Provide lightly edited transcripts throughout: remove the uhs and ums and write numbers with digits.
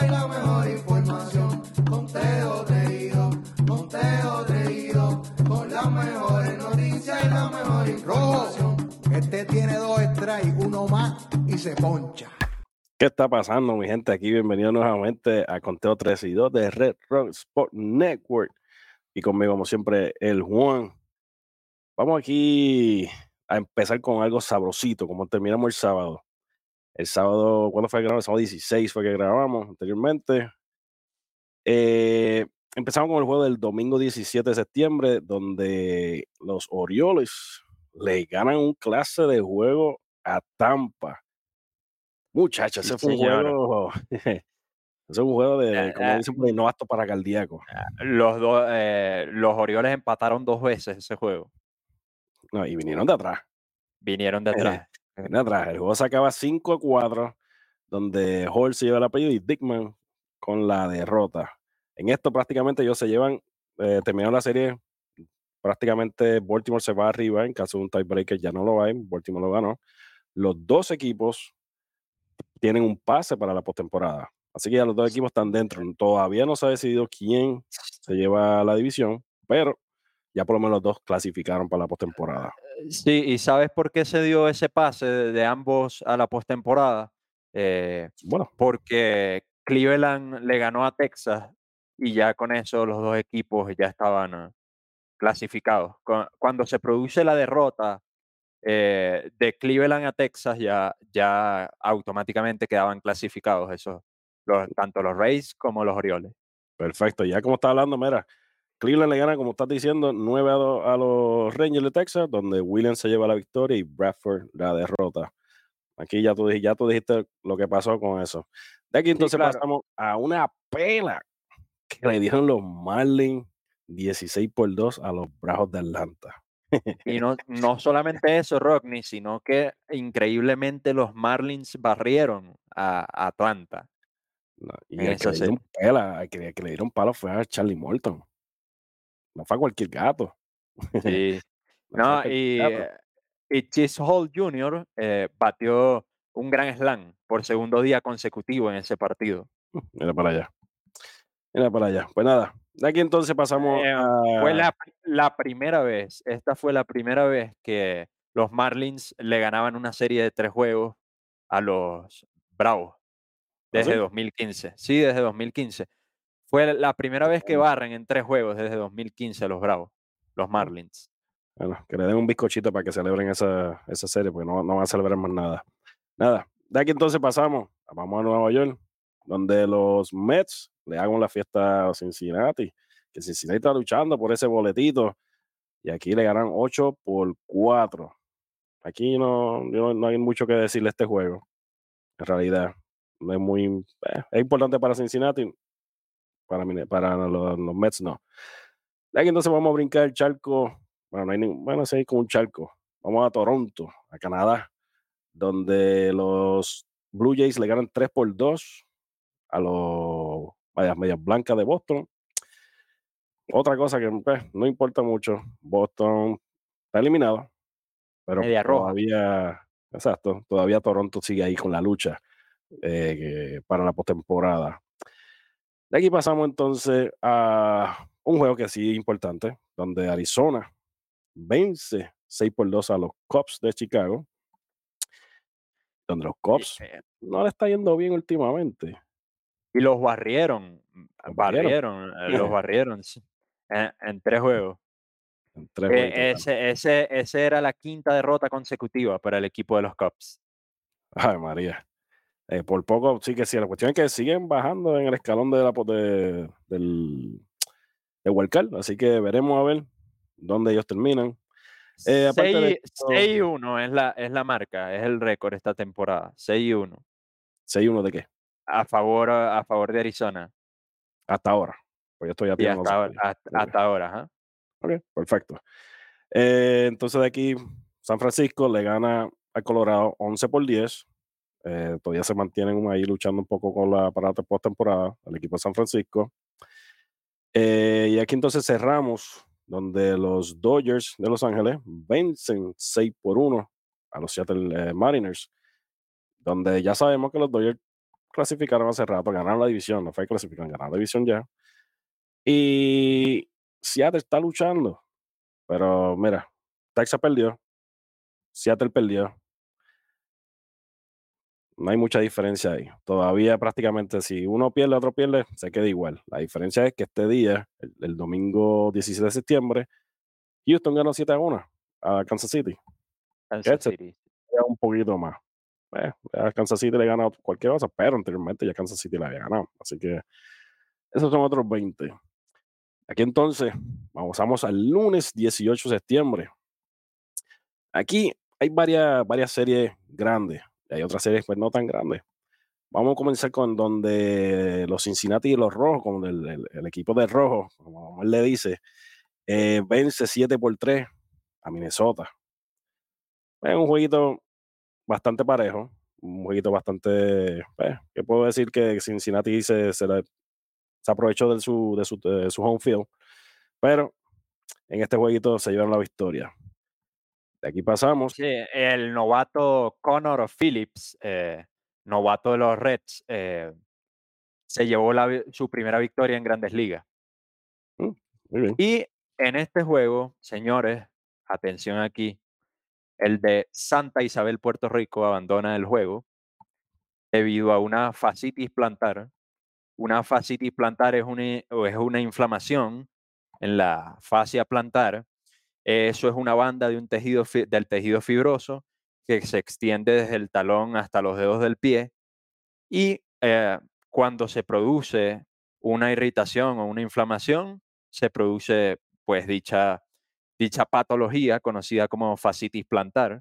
y la mejor información. Conteo reído, con las mejores noticias y la mejor información. Este tiene 2 strikes, uno más y se poncha. ¿Qué está pasando, mi gente? Aquí bienvenido nuevamente a Conteo 3 y 2 de Red Rock Sport Network. Y conmigo, como siempre, el Juan. Vamos aquí a empezar con algo sabrosito, como terminamos el sábado. El sábado, ¿cuándo fue que grabamos? El sábado 16 fue que grabamos anteriormente. Empezamos con el juego del domingo 17 de septiembre, donde los Orioles le ganan un clase de juego a Tampa. Muchachos, Sí, ese fue un señor. juego. Ese es un juego de, como dicen, por ahí, no apto para cardíaco. Los Orioles empataron 2 veces ese juego. No, y vinieron de atrás. Vinieron de atrás. Vinieron de atrás. El juego se acaba 5-4, donde Hall se lleva el apellido y Dickman con la derrota. En esto prácticamente ellos se llevan, terminaron la serie, prácticamente Baltimore se va arriba, en caso de un tiebreaker ya no lo hay, Baltimore lo ganó. Los dos equipos tienen un pase para la postemporada. Así que ya los dos equipos están dentro. Todavía no se ha decidido quién se lleva la división, pero ya por lo menos los dos clasificaron para la postemporada. Sí, ¿y sabes por qué se dio ese pase de ambos a la postemporada? Bueno, Porque Cleveland le ganó a Texas y ya con eso los dos equipos ya estaban clasificados. Cuando se produce la derrota de Cleveland a Texas, ya automáticamente quedaban clasificados esos, tanto los Rays como los Orioles. perfecto. Ya como está hablando, mira, Cleveland le gana, como estás diciendo, 9 a los Rangers de Texas, donde Williams se lleva la victoria y Bradford la derrota. Aquí ya tú dijiste lo que pasó con eso. De aquí entonces claro. pasamos a una pela que le dieron los Marlins 16-2 a los Bravos de Atlanta. Y no solamente eso, Rodney, sino que increíblemente los Marlins barrieron a Atlanta. No, y En el que esa le dieron serie. pela, el que le dieron palo fue a Charlie Morton. No fue a cualquier gato. Sí. No fue a No, cualquier y, gato. y Chase Hall Jr. Batió un gran slam por segundo día consecutivo en ese partido. Mira para allá. Mira para allá. Pues nada, de aquí entonces pasamos Fue a... la primera vez, esta fue la primera vez que los Marlins le ganaban una serie de 3 juegos a los Bravos desde ¿Así? 2015. Sí, desde 2015. Fue la primera vez que barren en 3 juegos desde 2015 los Bravos, los Marlins. Bueno, que le den un bizcochito para que celebren esa serie, porque no van a celebrar más nada. Nada. De aquí entonces pasamos, vamos a Nueva York, donde los Mets le hagan la fiesta a Cincinnati, que Cincinnati está luchando por ese boletito, y aquí le ganan 8-4. Aquí no hay mucho que decirle a este juego, en realidad. No es muy... es importante para Cincinnati, para los Mets no. De aquí entonces vamos a brincar el charco. Bueno, no hay bueno, sí hay como un charco. Vamos a Toronto, a Canadá, donde los Blue Jays le ganan 3-2 a los Medias Blancas de Boston. Otra cosa que pues, no importa mucho, Boston está eliminado, pero Media roja. todavía Toronto sigue ahí con la lucha para la postemporada. De aquí pasamos entonces a un juego que sí es importante, donde Arizona vence 6-2 a los Cubs de Chicago, donde los Y, Cubs no le está yendo bien últimamente. y los barrieron, Los barrieron los barrieron sí, en 3 juegos. en 3 jueguitos. Ese era la quinta derrota consecutiva para el equipo de los Cubs. Ay, María. Por poco sí que sí. La cuestión es que siguen bajando en el escalón de Wildcard, así que veremos a ver dónde ellos terminan. Aparte de esto, 6-1 es la marca, es el récord esta temporada. 6-1 6-1 de qué, a favor de Arizona. hasta ahora. Pues esto ya Y tiene 12 días. hasta ahora. ¿Ah? Ok, perfecto. Entonces de aquí, San Francisco le gana a Colorado 11-10. Todavía se mantienen ahí luchando un poco para la postemporada, el equipo de San Francisco. Y aquí entonces cerramos, donde los Dodgers de Los Ángeles vencen 6-1 a los Seattle Mariners, donde ya sabemos que los Dodgers clasificaron hace rato, ganaron la división, no fue clasificaron, ganaron la división ya. Y Seattle está luchando, pero mira, Texas perdió, Seattle perdió. No hay mucha diferencia ahí. Todavía prácticamente si uno pierde, otro pierde, se queda igual. La diferencia es que este día, el domingo 17 de septiembre, Houston ganó 7-1 a Kansas City. Que Kansas se City. queda un poquito más. A Kansas City le gana cualquier cosa, pero anteriormente ya Kansas City le había ganado. Así que esos son otros 20. Aquí entonces, vamos al lunes 18 de septiembre. Aquí hay varias series grandes y hay otras series pues no tan grandes. Vamos a comenzar con donde los Cincinnati y los Rojos, con el equipo de Rojo, como él le dice, vence 7-3 a Minnesota. Es un jueguito bastante parejo, un jueguito bastante, que puedo decir que Cincinnati se aprovechó de su home field, pero en este jueguito se llevaron la victoria. De aquí pasamos. Sí, el novato Connor Phillips, novato de los Reds, se llevó su primera victoria en Grandes Ligas. Muy bien. Y en este juego, señores, atención aquí, el de Santa Isabel, Puerto Rico, abandona el juego debido a una fascitis plantar. Una fascitis plantar es una inflamación en la fascia plantar. Eso es una banda de del tejido fibroso que se extiende desde el talón hasta los dedos del pie y cuando se produce una irritación o una inflamación, se produce pues dicha patología conocida como fascitis plantar.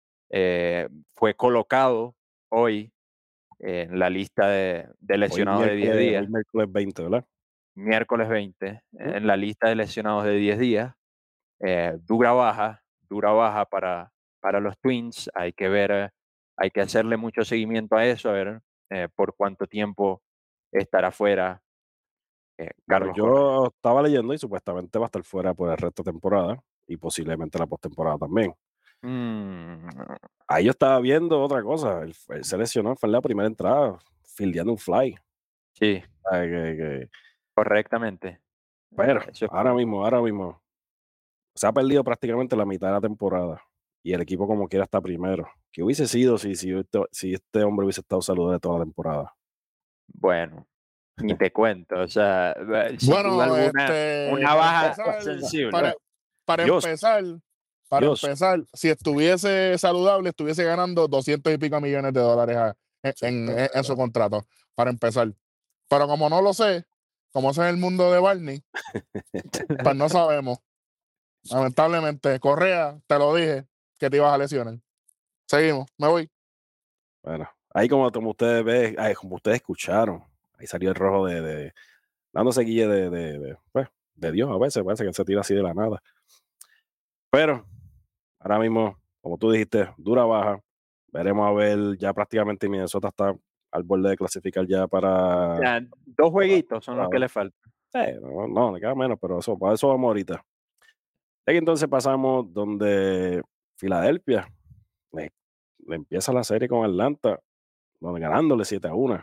Fue colocado hoy en la lista de Hoy lesionados de 10 días, miércoles 20, ¿verdad? miércoles 20, en la lista de lesionados de 10 días. Dura baja para los Twins. Hay que ver, hay que hacerle mucho seguimiento a eso, a ver por cuánto tiempo estará fuera Bueno, Carlos Correa. yo estaba leyendo y supuestamente va a estar fuera por el resto de temporada y posiblemente la postemporada también. Mm, Ahí yo estaba viendo otra cosa. Él se lesionó, fue en la primera entrada, fildeando un fly. sí, Ay, correctamente. pero Eso ahora fue. mismo, se ha perdido prácticamente la mitad de la temporada y el equipo como quiera está primero. ¿Qué hubiese sido si este hombre hubiese estado saludable toda la temporada? Bueno, ni te cuento. O sea, sin duda Bueno, alguna, una para baja empezar, sensible. para, para Dios, empezar, para Dios. empezar, si estuviese saludable, estuviese ganando 200 y pico millones de dólares Sí, en su contrato, para empezar. Pero como no lo sé, como ese es el mundo de Barney, pues no sabemos. Lamentablemente, Correa, te lo dije, que te ibas a lesionar. Seguimos, me voy. Bueno, ahí como ustedes ven, como ustedes escucharon, ahí salió el rojo dándose guille pues, de Dios a veces, parece que se tira así de la nada. Pero ahora mismo, como tú dijiste, dura baja. Veremos a ver, ya prácticamente Minnesota está al borde de clasificar ya O sea, 2 jueguitos son los que le faltan. no, le queda menos, pero para eso vamos ahorita. De aquí entonces pasamos donde Filadelfia le empieza la serie con Atlanta, donde ganándole 7-1.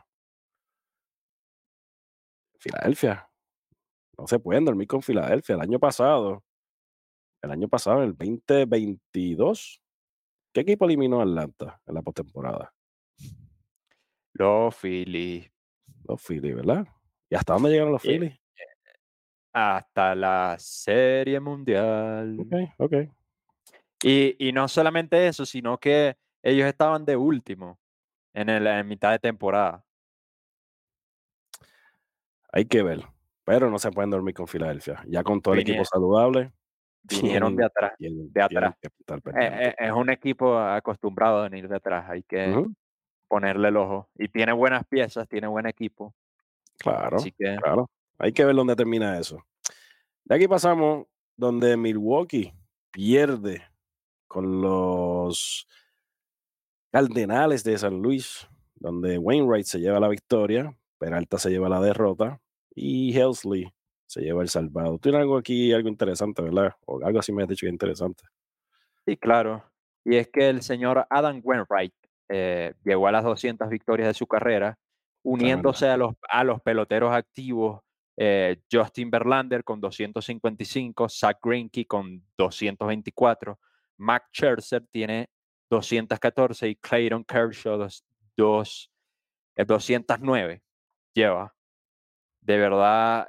Filadelfia, no se pueden dormir con Filadelfia. El año pasado, en el 2022, ¿qué equipo eliminó a Atlanta en la postemporada? Los Phillies. Los Phillies, ¿verdad? ¿Y hasta dónde llegaron los Y Phillies? hasta la Serie Ok, Mundial. ok. Y no solamente eso, sino que ellos estaban de último en mitad de temporada. Hay que ver. Pero no se pueden dormir con Filadelfia. Ya con todo el equipo Vinie- saludable, Vinieron de tienen, atrás, tienen, de tienen atrás. que estar pendientes. Es un equipo acostumbrado a venir de atrás, hay que Ujú, ponerle el ojo. Y tiene buenas piezas, tiene buen equipo. claro, Así que claro. Hay que ver dónde termina eso. De aquí pasamos donde Milwaukee pierde con los Cardenales de San Luis, donde Wainwright se lleva la victoria, Peralta se lleva la derrota y Helsley se lleva el salvado. Tiene algo aquí, algo interesante, ¿verdad? O algo así me has dicho que es interesante. sí, claro. Y es que el señor Adam Wainwright llegó a las 200 victorias de su carrera uniéndose a los peloteros activos, Justin Verlander con 255, Zach Greinke con 224, Max Scherzer tiene 214 y Clayton Kershaw 209 lleva. De verdad,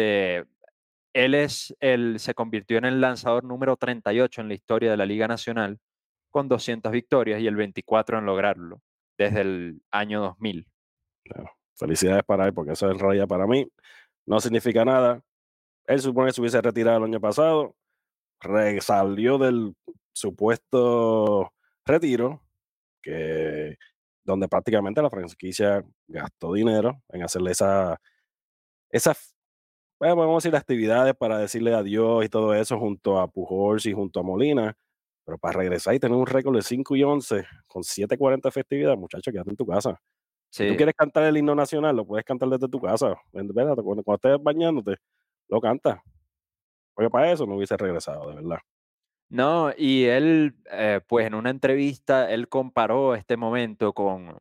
se convirtió en el lanzador número 38 en la historia de la Liga Nacional con 200 victorias y el 24 en lograrlo desde el año 2000. Claro. Felicidades para él, porque eso en realidad para mí no significa nada. Él supone que se hubiese retirado el año pasado, salió del supuesto retiro, donde prácticamente la franquicia gastó dinero en hacerle esas, vamos a decir, actividades para decirle adiós y todo eso junto a Pujols y junto a Molina. Pero para regresar y tener un récord de 5-11 con 740 de festividad, muchacho, quédate en tu casa. Si tú Sí. quieres cantar el himno nacional, lo puedes cantar desde tu casa. Cuando estés bañándote, lo cantas. Porque para eso no hubiese regresado, de verdad. No, y él, pues en una entrevista, él comparó este momento con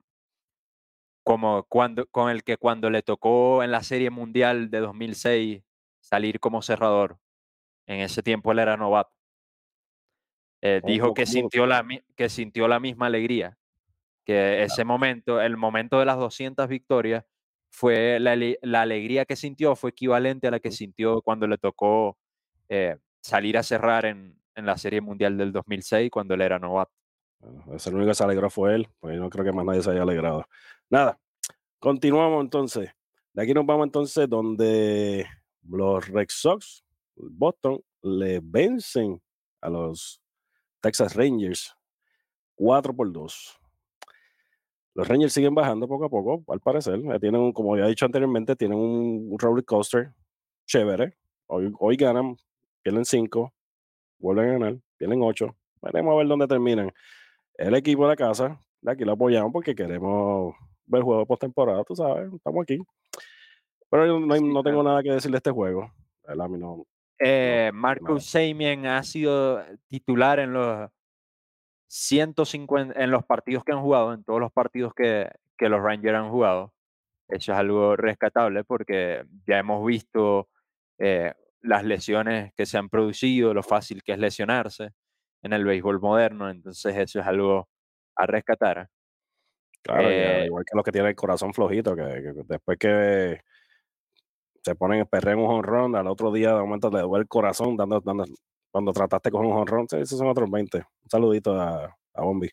el que cuando le tocó en la Serie Mundial de 2006 salir como cerrador. En ese tiempo él era novato. Dijo que sintió la misma alegría, que ese momento, el momento de las 200 victorias, fue la alegría que sintió fue equivalente a la que sintió cuando le tocó salir a cerrar en la Serie Mundial del 2006 cuando él era novato. Bueno, el único que se alegró fue él, pues no creo que más nadie se haya alegrado. Nada, continuamos entonces. De aquí nos vamos entonces donde los Red Sox, Boston, le vencen a los Texas Rangers 4-2. Los Rangers siguen bajando poco a poco, al parecer. Tienen como ya he dicho anteriormente, tienen un roller coaster chévere. Hoy ganan, pierden 5, vuelven a ganar, pierden 8. Veremos a ver dónde terminan. El equipo de la casa, de aquí lo apoyamos porque queremos ver juegos postemporada, tú sabes, estamos aquí. Pero yo no tengo nada que decir de este juego. A mí no, Marcus Semien ha sido titular en los 150 en los partidos que han jugado, en todos los partidos que los Rangers han jugado. Eso es algo rescatable porque ya hemos visto las lesiones que se han producido, lo fácil que es lesionarse en el béisbol moderno, entonces eso es algo a rescatar. Claro, igual que los que tienen el corazón flojito, que después que se ponen perrear en un jonrón, al otro día de momento le duele el corazón cuando trataste con un jonrón. Esos son otros 20. Un saludito a Bombi.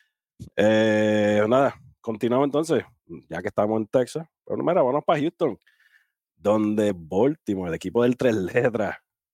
Nada, continuamos entonces, ya que estamos en Texas. Pero mira, vamos para Houston, donde Baltimore, el equipo del 3 letras,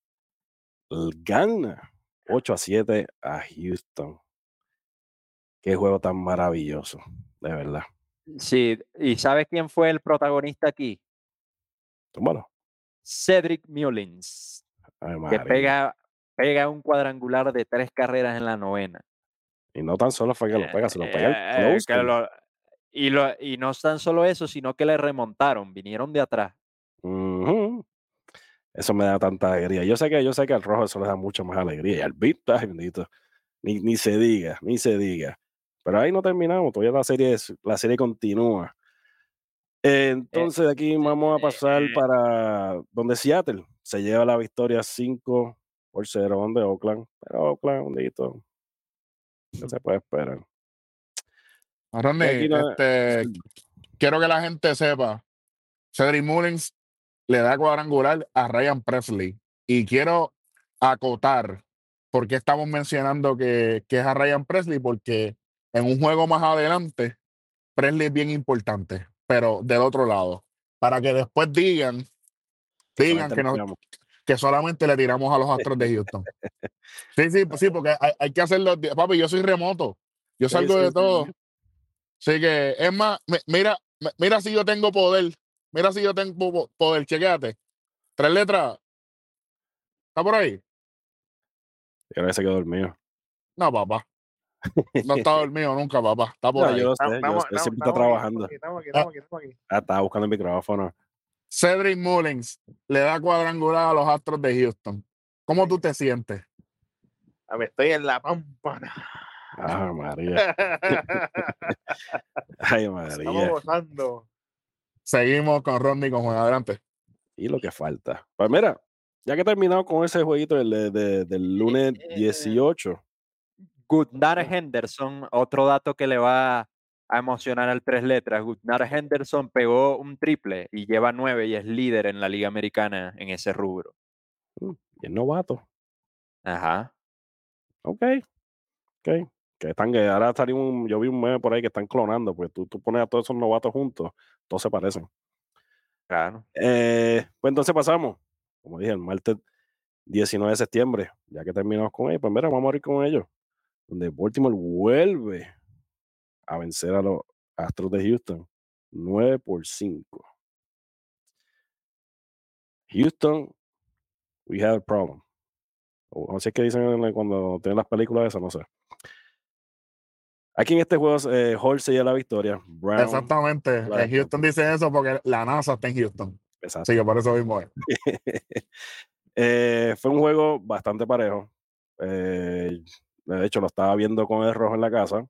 gana 8-7 a Houston. Qué juego tan maravilloso, de verdad. Sí, ¿y sabes quién fue el protagonista aquí? Bueno. Cedric Mullins, que pega un cuadrangular de 3 carreras en la 9ª. Y no tan solo fue que lo pega, se lo pega el close. Y no tan solo eso, sino que le remontaron, vinieron de atrás. Eso me da tanta alegría. Yo sé que al rojo eso le da mucha más alegría. Y al beat, ay, bendito. Ni se diga, ni se diga. Pero ahí no terminamos, todavía la serie continúa. Entonces de aquí vamos a pasar para donde Seattle se lleva la victoria 5-0 donde Oakland. Pero Oakland, bendito, ¿qué se puede esperar? Ronnie, quiero que la gente sepa, Cedric Mullins le da cuadrangular a Ryan Presley. Y quiero acotar por qué estamos mencionando que es a Ryan Presley, porque en un juego más adelante, Presley es bien importante, pero del otro lado, para que después digan que solamente le tiramos a los Astros de Houston. Sí, porque hay que hacerlo. Papi, yo soy remoto, yo salgo de todo. Así que, es más, mira si yo tengo poder. Mira si yo tengo poder, chequéate. 3 letras. ¿Está por ahí? Y ahora se quedó dormido. No, papá. No está dormido nunca, papá. Está por ahí. Yo lo sé, siempre está trabajando. Estamos aquí. Estaba buscando el micrófono. Cedric Mullins le da cuadrangular a los Astros de Houston. ¿Cómo tú te sientes? A ver, estoy en la pámpana. Ah, María. Ay, María. Estamos gozando. Seguimos con Rodney con Juan. Adelante. Y lo que falta. Pues mira, ya que terminamos con ese jueguito del lunes 18. Gunnar Henderson, otro dato que le va a emocionar al tres letras. Gunnar Henderson pegó un triple y lleva 9 y es líder en la Liga Americana en ese rubro. Y es novato. Ajá. Ok. Que que ahora salió yo vi un meme por ahí que están clonando, pues tú pones a todos esos novatos juntos, todos se parecen. Claro. Pues entonces pasamos, como dije, el martes 19 de septiembre, ya que terminamos con ellos, pues mira, vamos a ir con ellos, donde Baltimore vuelve a vencer a los Astros de Houston, 9-5. Houston, we have a problem. O no sé qué dicen cuando tienen las películas esas, no sé. Aquí en este juego, Hall se lleva la victoria. Brown. Exactamente. la En Houston dicen eso porque la NASA está en Houston. Exacto. Así que por eso mismo es. Fue un juego bastante parejo. De hecho, lo estaba viendo con el rojo en la casa.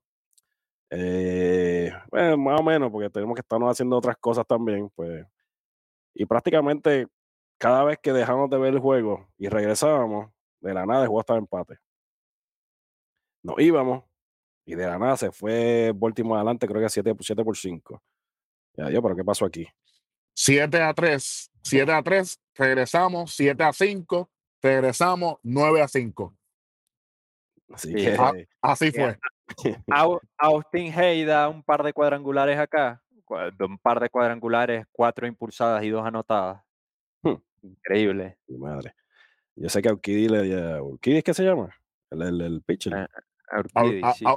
Bueno, más o menos, porque tenemos que estarnos haciendo otras cosas también. Pues, y prácticamente cada vez que dejamos de ver el juego y regresábamos, de la nada el juego estaba empate. Nos íbamos y de la nada se fue Baltimore adelante, creo que 7-5. Ya, Dios, pero ¿qué pasó aquí? 7-3. 7-3. Regresamos. 7-5. Regresamos. 9-5. Así Sí. que Así fue. Austin Hay da un par de cuadrangulares acá. Un par de cuadrangulares, 4 impulsadas y 2 anotadas. Increíble. mi madre. Yo sé que a Urquidi es que se llama, el pitcher. A Urquidy, sí.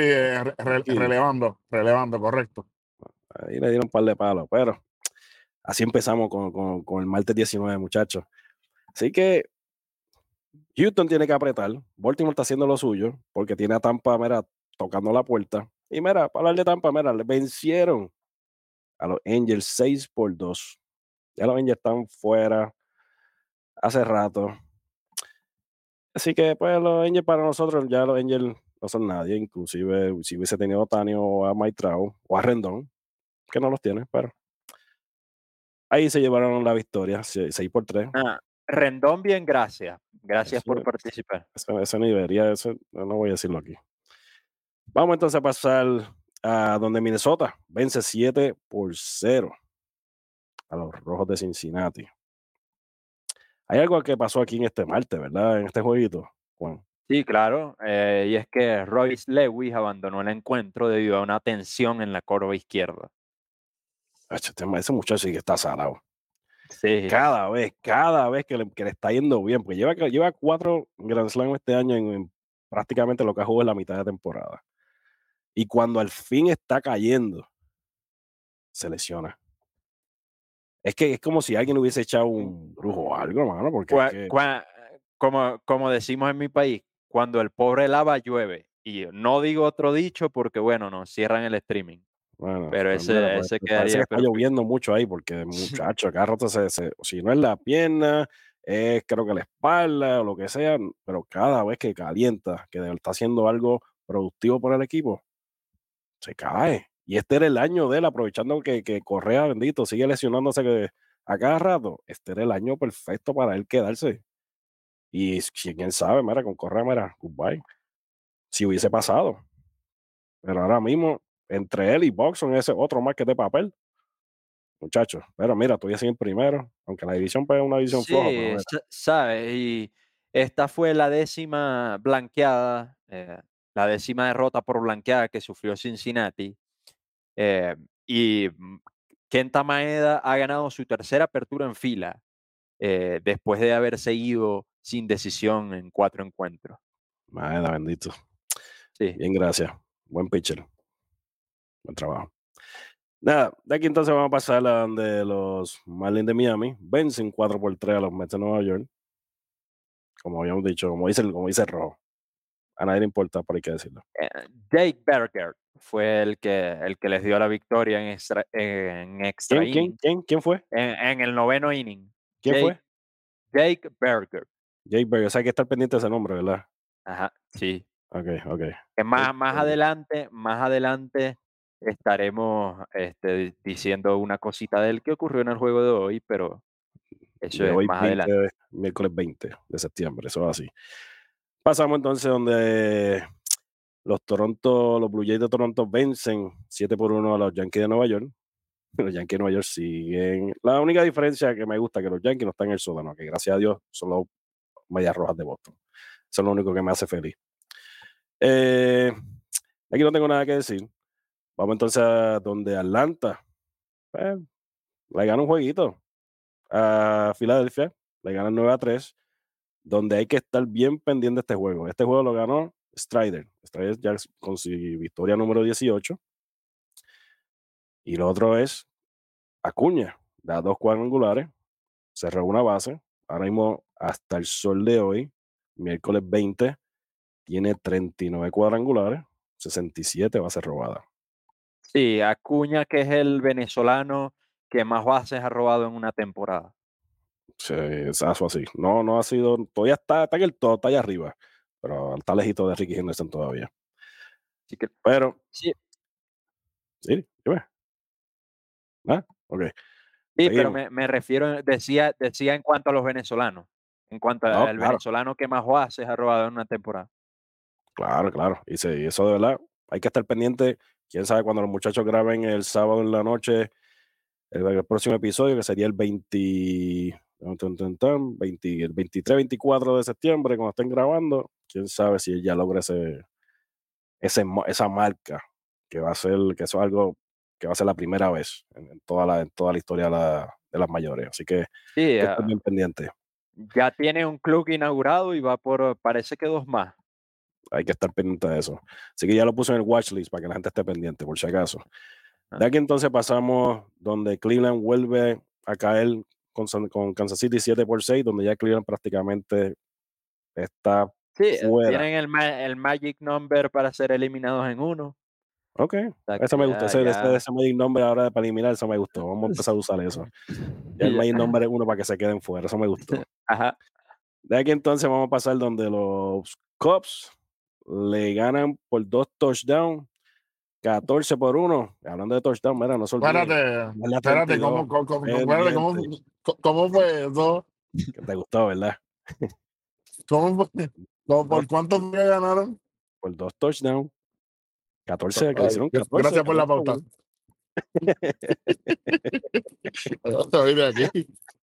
Relevando, correcto. Ahí le dieron un par de palos, pero así empezamos con el martes 19, muchachos. Así que Houston tiene que apretar. Baltimore está haciendo lo suyo porque tiene a Tampa, mira, tocando la puerta. Y mira, para hablar de Tampa, mira, le vencieron a los Angels 6-2. Ya los Angels están fuera hace rato. Así que, pues, los Angels para nosotros, ya los Angels no son nadie. Inclusive, si hubiese tenido a Otani o a Mike Trout o a Rendón, que no los tiene, pero ahí se llevaron la victoria, 6-3. Rendón, bien, gracias. Gracias por participar. Ese nivel, eso no voy a decirlo aquí. Vamos entonces a pasar a donde Minnesota vence 7-0 a los Rojos de Cincinnati. Hay algo que pasó aquí en este martes, ¿verdad? En este jueguito, Juan. Sí, claro. Y es que Royce Lewis abandonó el encuentro debido a una tensión en la corva izquierda. Ese muchacho sí que está salado. Sí. Cada vez que le está yendo bien, porque lleva 4 Grand Slam este año en prácticamente lo que ha jugado en la mitad de temporada. Y cuando al fin está cayendo, se lesiona. Es que es como si alguien hubiese echado un brujo o algo, hermano, porque es que, Como decimos en mi país, cuando el pobre lava llueve. Y no digo otro dicho porque, bueno, nos cierran el streaming. bueno, Pero pues mira, pues, ese pues parece que quedaría está perfecto. lloviendo mucho ahí, porque muchacho, cada rato si no es la pierna, es creo que la espalda o lo que sea, pero cada vez que calienta, que está haciendo algo productivo por el equipo, se cae. Y este era el año de él, aprovechando que Correa, bendito, sigue lesionándose a cada rato. Este era el año perfecto para él quedarse. Y quién sabe, mira, con Correa, mira, goodbye. Si hubiese pasado. Pero ahora mismo, entre él y Boxon, ese otro más que de papel, muchachos. Pero mira, todavía siguen primero, aunque la división pues, es una división floja, pero Sí, mira. sabes, y esta fue la 10ª blanqueada, la 10ª derrota por blanqueada que sufrió Cincinnati. eh, y Kenta Maeda ha ganado su tercera apertura en fila, después de haber seguido sin decisión en 4 encuentros. Maeda, bendito. Sí. Bien, gracias. Buen pitcher. Buen trabajo. Nada, de aquí entonces vamos a pasar a donde los Marlins de Miami vencen 4-3 a los Mets de Nueva York. Como habíamos dicho, como dice el rojo. A nadie le importa, pero hay que decirlo. Jake Berger fue el que les dio la victoria en extra inning. ¿Quién fue? En el 9º inning. ¿Quién fue? Jake Berger. Jake Berger. O sea, hay que estar pendiente de ese nombre, ¿verdad? Ajá, sí. Ok. Que más adelante estaremos diciendo una cosita del que ocurrió en el juego de hoy, pero eso De es hoy, más adelante. miércoles 20 de septiembre, eso es así. Pasamos entonces donde los Blue Jays de Toronto vencen 7-1 a los Yankees de Nueva York. Los Yankees de Nueva York siguen. La única diferencia que me gusta es que los Yankees no están en el sótano, que gracias a Dios son los Medias Rojas de Boston. Eso es lo único que me hace feliz. Aquí no tengo nada que decir. Vamos entonces a donde Atlanta le gana un jueguito a Filadelfia, le gana 9-3, donde hay que estar bien pendiente de este juego. Este juego lo ganó Strider ya con su victoria número 18. Y lo otro es Acuña, da 2 cuadrangulares, cerró una base. Ahora mismo, hasta el sol de hoy, miércoles 20, tiene 39 cuadrangulares, 67 bases robadas. Sí, Acuña, que es el venezolano que más bases ha robado en una temporada. Sí, es así. No ha sido, todavía está en el todo, está allá arriba, pero está lejito de Ricky Henderson todavía. Así que Pero, sí, sí, dime. Ok, sí, pero seguimos. me refiero, decía en cuanto a los venezolanos, en cuanto No, al claro, venezolano que más bases ha robado en una temporada. claro. Y sí, eso de verdad, hay que estar pendiente. Quién sabe cuando los muchachos graben el sábado en la noche, el próximo episodio, que sería el 20, el 23, 24 de septiembre, cuando estén grabando, quién sabe si ya logra esa marca, que va a ser, que eso es algo que va a ser la primera vez en toda la historia de las mayores. Así que hay Sí, que estar bien pendiente. ya tiene un club inaugurado y va por, parece que 2 más. Hay que estar pendiente de eso. Así que ya lo puse en el watch list para que la gente esté pendiente, por si acaso. Ah. De aquí entonces pasamos donde Cleveland vuelve a caer con Kansas City 7-6, donde ya Cleveland prácticamente está Sí, fuera. tienen el Magic Number para ser eliminados en uno. Ok, O sea eso que me gusta. ya, Ese Magic Number ahora para eliminar, eso me gustó. Vamos a empezar a usar eso. Ya el ya. Magic Number es uno para que se queden fuera, eso me gustó. Ajá. De aquí entonces vamos a pasar donde los Cubs le ganan por 2 touchdowns, 14-1. Hablando de touchdown, mira, no se olviden. La Espérate, 32, espérate, pendiente. cómo fue eso? Que te gustó, ¿verdad? ¿Cómo fue? ¿Por cuánto fue que ganaron? Por 2 touchdowns, 14, que le Ay, hicieron 14, gracias por la 14 pauta. puntos. Estoy de aquí.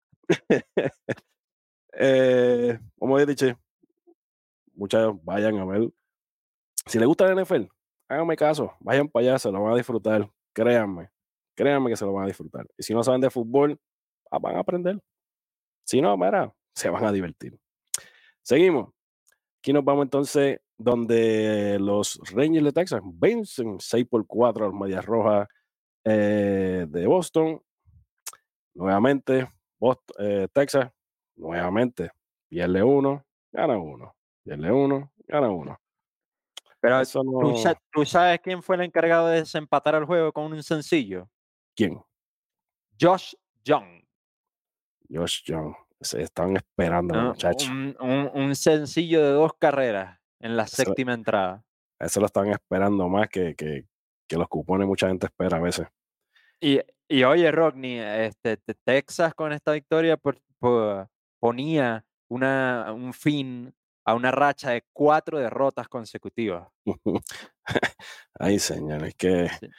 Como he dicho, muchachos, vayan a ver. Si les gusta el NFL, háganme caso, vayan para allá, se lo van a disfrutar. Créanme que se lo van a disfrutar. Y si no saben de fútbol, van a aprender. Si no, mira, se van a divertir. Seguimos. Aquí nos vamos entonces donde los Rangers de Texas vencen 6-4 a los Medias Rojas de Boston. Nuevamente, Texas, nuevamente, pierde uno, gana uno. Pierde uno, gana uno. Pero Eso no. ¿tú sabes quién fue el encargado de desempatar el juego con un sencillo? ¿Quién? Josh Young. Josh Young. Se están esperando los ¿No? muchachos. Un sencillo de 2 carreras en la Eso, séptima entrada. eso lo están esperando más que los cupones mucha gente espera a veces. Y oye, Rodney, Texas con esta victoria ponía un fin a una racha de 4 derrotas consecutivas. Ay, señor, es que Sí,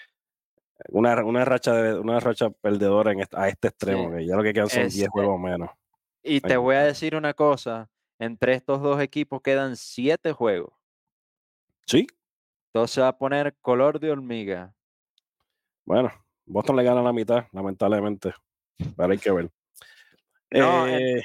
una racha perdedora a este sí, extremo, que ya lo que quedan son 10 es, juegos menos. y Ay, te mi voy a padre. decir una cosa, entre estos dos equipos quedan 7 juegos. Sí, Todo se va a poner color de hormiga. bueno, Boston le gana la mitad, lamentablemente, pero hay que ver. No, Eh,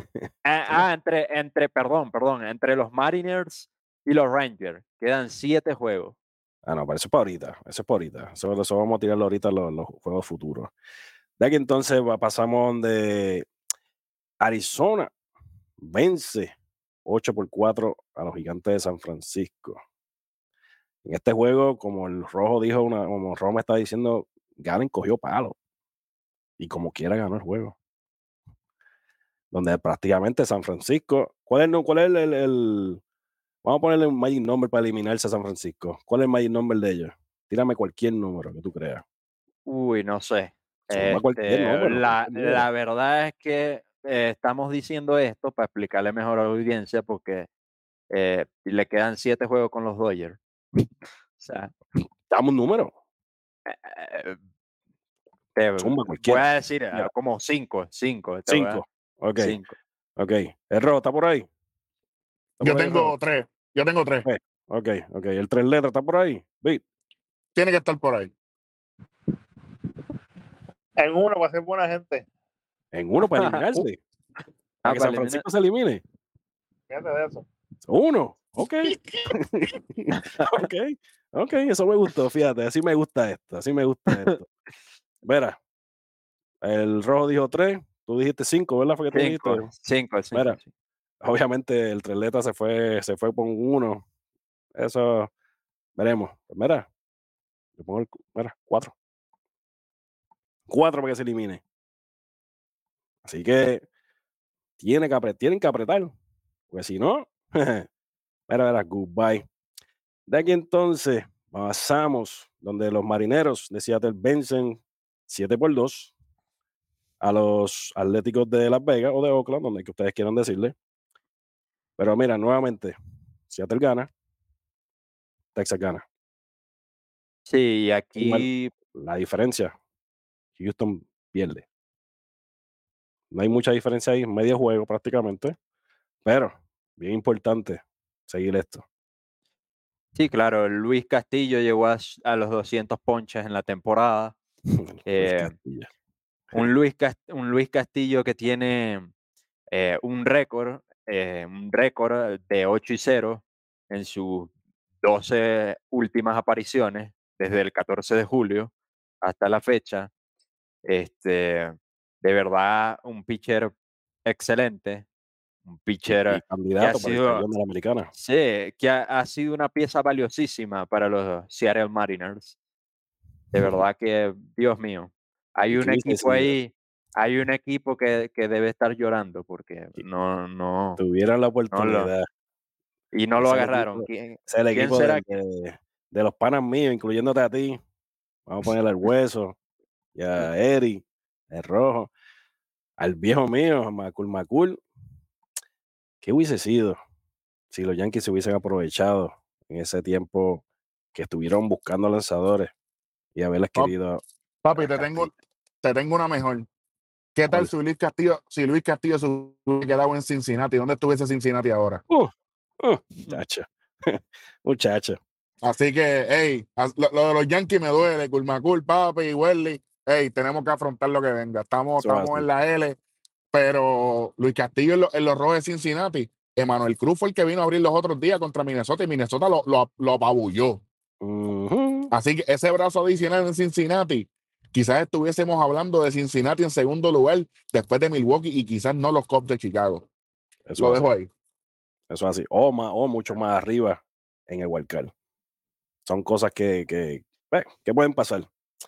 entre los Mariners y los Rangers quedan 7 juegos. no, pero eso es para ahorita, eso es para ahorita. Eso vamos a tirarlo ahorita los juegos futuros. De aquí entonces pasamos donde Arizona vence 8-4 a los Gigantes de San Francisco. En este juego, como el Rojo dijo, como Rojo me está diciendo, Galen cogió palo y como quiera ganó el juego. Donde prácticamente San Francisco, ¿cuál es vamos a ponerle un magic number para eliminarse a San Francisco? ¿Cuál es el magic number de ellos? Tírame cualquier número que tú creas. Uy, no sé. Zumba cualquier número. cualquier número. La verdad es que estamos diciendo esto para explicarle mejor a la audiencia porque le quedan 7 juegos con los Dodgers. O sea, Dame un número. eh, Zumba voy cualquiera. a decir Mira, como 5. 5. 5. Ok. 5. Ok. Error, ¿está por ahí? ¿Está Yo por ahí, Error? tengo 3. Yo tengo 3. Ok. El 3 letras está por ahí. Vic, Tiene que estar por ahí. En uno, para ser buena gente. en uno para eliminarse. Para que San Francisco se elimine. Fíjate de eso. 1. Ok. Ok. Eso me gustó, fíjate. Así me gusta esto. Mira, el rojo dijo 3. Tú dijiste 5, ¿verdad? Fue que tú dijiste. 5. Mira, obviamente el 3 letras se fue con 1. Eso veremos. Pues mira, le pongo 4. 4 para que se elimine. Así que tienen que apretar. Porque si no, mira, goodbye. De aquí entonces pasamos donde los marineros de Seattle vencen 7-2 a los Atléticos de Las Vegas o de Oakland, donde que ustedes quieran decirle. Pero mira, nuevamente, Seattle gana, Texas gana. Sí, Igual, aquí la diferencia, Houston pierde. No hay mucha diferencia ahí, medio juego prácticamente, pero bien importante seguir esto. sí, claro, Luis Castillo llegó a los 200 ponches en la temporada. Luis Castillo. Un Luis Castillo que tiene un récord de 8-0 en sus 12 últimas apariciones desde el 14 de julio hasta la fecha. De verdad, un pitcher excelente, un Y pitcher que ha candidato para el sido, campeón de la Americana. sí, que ha sido una pieza valiosísima para los Seattle Mariners. De verdad que, Dios mío, hay Y un qué hubiese equipo sido, ahí, hay un equipo que debe estar llorando porque que no tuvieran la lo, oportunidad. y no Y lo ese agarraron. es el ¿Quién equipo será? de los panas míos, incluyéndote a ti. Vamos a ponerle al hueso y a Eri, el rojo, al viejo mío, a Macul. ¿Qué hubiese sido si los Yankees se hubiesen aprovechado en ese tiempo que estuvieron buscando lanzadores y haberles Pap- querido Papi, a Castillo? te tengo una mejor. ¿Qué tal ¿Cuál? si Luis Castillo se hubiera quedado en Cincinnati? ¿Dónde estuviese Cincinnati ahora? Muchacho. Muchacho. Así que, hey, lo de los Yankees me duele, Culmacul, papi y Welly. Hey, tenemos que afrontar lo que venga. Estamos Eso es así. en la L, pero Luis Castillo en los rojos de Cincinnati. Emmanuel Cruz fue el que vino a abrir los otros días contra Minnesota y Minnesota lo apabulló. Ujú. Así que ese brazo adicional en Cincinnati, quizás estuviésemos hablando de Cincinnati en segundo lugar después de Milwaukee y quizás no los Cubs de Chicago. Eso Lo es dejo así. ahí. Eso es así. O mucho más arriba en el wildcard. Son cosas que pueden pasar.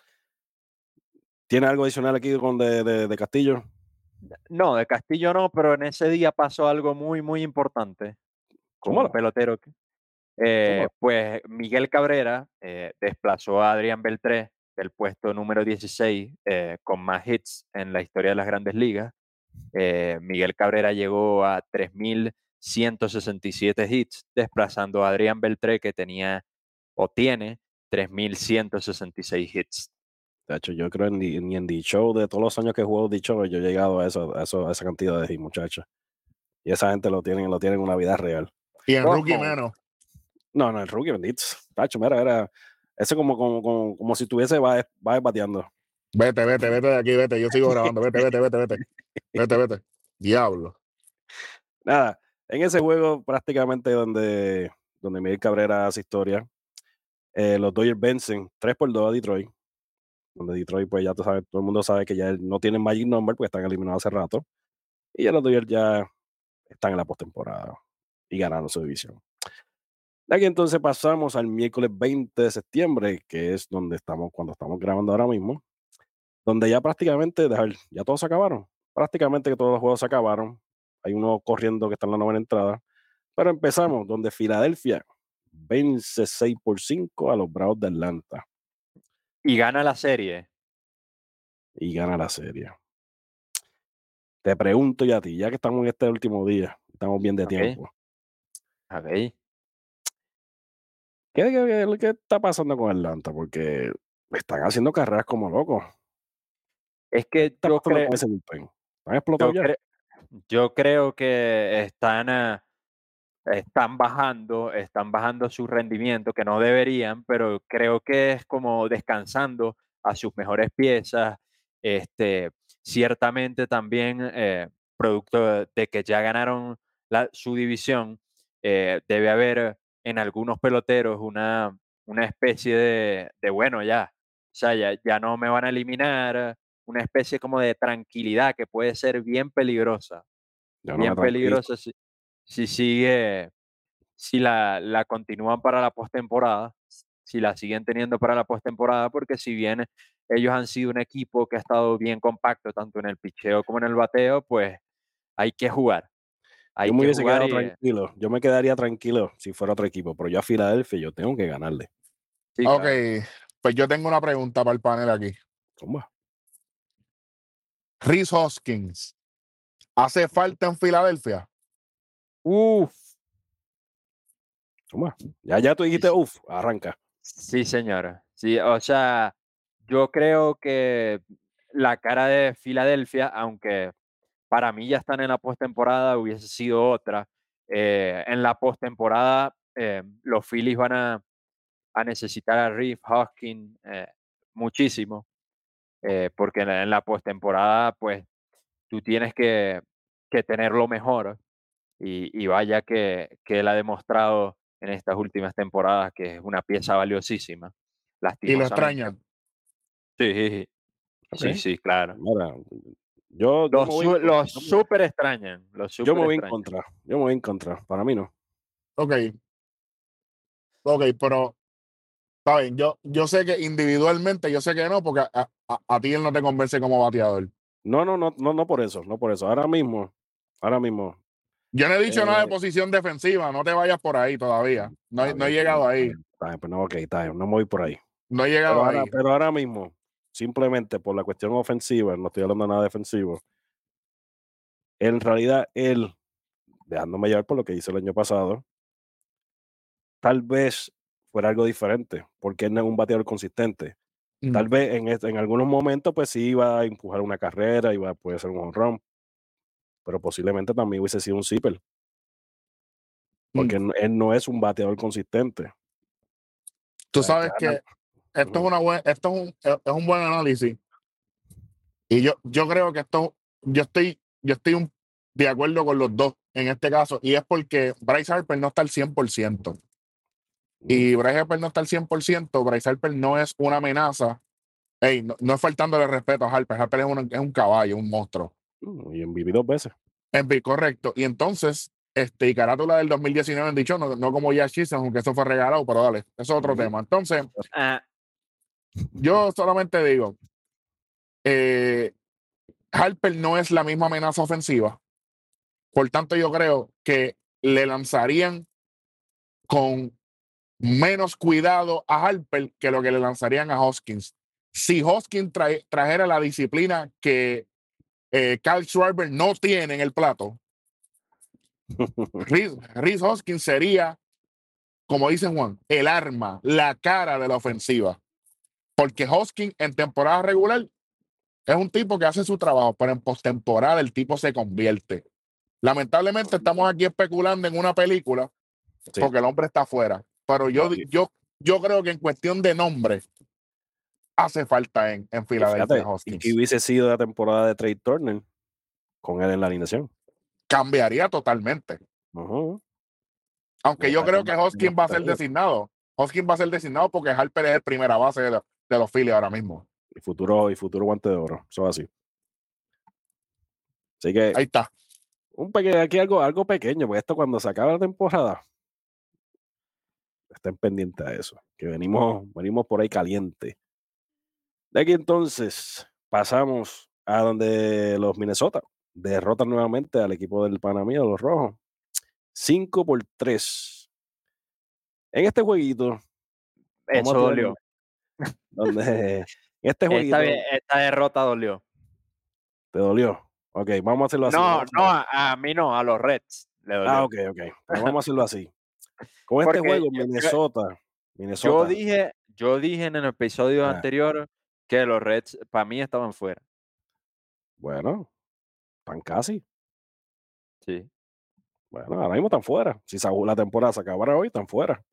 ¿Tiene algo adicional aquí con de Castillo? No, de Castillo no, pero en ese día pasó algo muy, muy importante con un Súmalo, pelotero. súmalo. Pues Miguel Cabrera desplazó a Adrián Beltré del puesto número 16 con más hits en la historia de las grandes ligas. Miguel Cabrera llegó a 3.167 hits, desplazando a Adrián Beltré, que tenía o tiene 3.166 hits. De hecho, yo creo ni en D-Show, de todos los años que juego D-Show, yo he llegado a esa cantidad de hits, muchachos. Y esa gente lo tienen en una vida real. Y en rookie ¿Cómo? menos. No, el rookie, bendito. Tacho, mira, era ese como si tuviese va bateando. Vete de aquí, vete. Yo sigo grabando. Vete. Diablo. Nada, en ese juego prácticamente donde Miguel Cabrera hace historia, los Dodgers vencen 3-2 a Detroit, donde Detroit, pues ya tú sabes, todo el mundo sabe que ya no tienen Magic Number porque están eliminados hace rato, y ya los Dodgers ya están en la postemporada y ganando su división. De aquí entonces pasamos al miércoles 20 de septiembre, que es cuando estamos grabando ahora mismo, donde ya prácticamente, ya todos se acabaron. Prácticamente que todos los juegos se acabaron. Hay uno corriendo que está en la novena entrada. Pero empezamos, donde Filadelfia vence 6-5 a los Bravos de Atlanta. y gana la serie. y gana la serie. Te pregunto ya a ti, ya que estamos en este último día, estamos bien de Ok. tiempo. Ok. ¿Qué está pasando con Atlanta? Porque están haciendo carreras como locos. Es ¿Qué que está pasando con ese bullpen? ¿Han explotado yo, ya? cre- yo creo que están bajando su rendimiento, que no deberían, pero creo que es como descansando a sus mejores piezas. Este, ciertamente también, producto de que ya ganaron su división, debe haber en algunos peloteros una especie de bueno, ya, o sea, ya no me van a eliminar, una especie como de tranquilidad que puede ser Yo no me bien tranquilo. peligrosa si sigue si la continúan para la postemporada, si la siguen teniendo para la postemporada, porque si bien ellos han sido un equipo que ha estado bien compacto, tanto en el picheo como en el bateo, pues hay que jugar. Yo Hay me que hubiese jugar quedado y tranquilo. Yo me quedaría tranquilo si fuera otro equipo, pero yo a Filadelfia yo tengo que ganarle. sí, Ok, claro. pues yo tengo una pregunta para el panel aquí. Zumba, Rhys Hoskins, ¿hace falta en Filadelfia? Uf, zumba. Ya tú dijiste, sí, uff, arranca. sí, señora. Sí, o sea, yo creo que la cara de Filadelfia, aunque para mí ya están en la postemporada, hubiese sido otra. En la postemporada, los Phillies van a necesitar a Reeve Hoskins muchísimo, porque en la postemporada, pues tú tienes que tener lo mejor y vaya que él ha demostrado en estas últimas temporadas que es una pieza valiosísima, Y lo lastimosamente. extrañan. Sí, sí, Ok. sí, sí, claro. Mira, yo me voy Los súper extrañan, los yo me súper voy en extrañan. contra. Yo me voy en contra. Para mí no. Ok, ok, pero está bien. Yo sé que individualmente, yo sé que no, porque a ti él no te convence como bateador. No por eso, no por eso. Ahora mismo. Yo no he dicho nada de eh, posición defensiva, no te vayas por ahí todavía. No, Está no he bien, llegado ahí. está bien, pues no, ok, está bien, no me voy por ahí. No he llegado ahí. Pero ahora mismo, simplemente por la cuestión ofensiva, no estoy hablando nada defensivo, en realidad él, dejándome llevar por lo que hizo el año pasado, tal vez fuera algo diferente, porque él no es un bateador consistente. Mm, Tal vez en algunos momentos, pues sí iba a empujar una carrera, puede ser un home run, pero posiblemente también hubiese sido un zipper, porque mm. él no es un bateador consistente. O Tú sea, sabes que esto es ujú. una es un buen análisis. Y yo creo que yo estoy de acuerdo con los dos en este caso. Y es porque Bryce Harper no está al 100%. Y Bryce Harper no está al 100%. Bryce Harper no es una amenaza. Ey, no es faltándole respeto a Harper. Harper es un caballo, un monstruo. Y en MVP 2 veces. Correcto. Y entonces, y Carátula del 2019 han dicho, no como ya Chisholm, aunque eso fue regalado, pero dale, eso es otro Ujú. tema. Entonces, Ah, yo solamente digo, eh, Harper no es la misma amenaza ofensiva. Por tanto, yo creo que le lanzarían con menos cuidado a Harper que lo que le lanzarían a Hoskins. Si Hoskins trajera la disciplina que Kyle Schwarber no tiene en el plato, Rhys Hoskins sería, como dice Juan, el arma, la cara de la ofensiva. Porque Hoskins en temporada regular es un tipo que hace su trabajo, pero en postemporada el tipo se convierte. Lamentablemente estamos aquí especulando en una película Sí, porque el hombre está afuera. Pero no, y, yo creo que en cuestión de nombre hace falta en y Filadelfia fíjate, y que Hoskins. hubiese sido la temporada de Trey Turner con él en la alineación. Cambiaría totalmente. Ujú. Aunque yo creo que Hoskins va a ser Demostraría. designado. Hoskins va a ser designado porque Harper es el primera base de los Phillies ahora mismo. Y futuro guante de oro. Eso es así. Así que Ahí está. aquí algo pequeño, porque esto cuando se acaba la temporada, estén pendientes a eso, que venimos por ahí caliente. De aquí entonces pasamos a donde los Minnesota derrotan nuevamente al equipo del Panamá, los Rojos, 5-3. En este jueguito, vamos a eso tirar, dolió. donde este jueguito Esta derrota dolió. te dolió. Ok, vamos a hacerlo así. No, a mí no, a los Reds le dolió. Ok. Pues vamos a hacerlo así. Con este Porque juego, yo Minnesota. dije en el episodio Ah. anterior que los Reds para mí estaban fuera. Bueno, están casi. Sí. Bueno, ahora mismo están fuera. Si la temporada se acabara hoy, están fuera.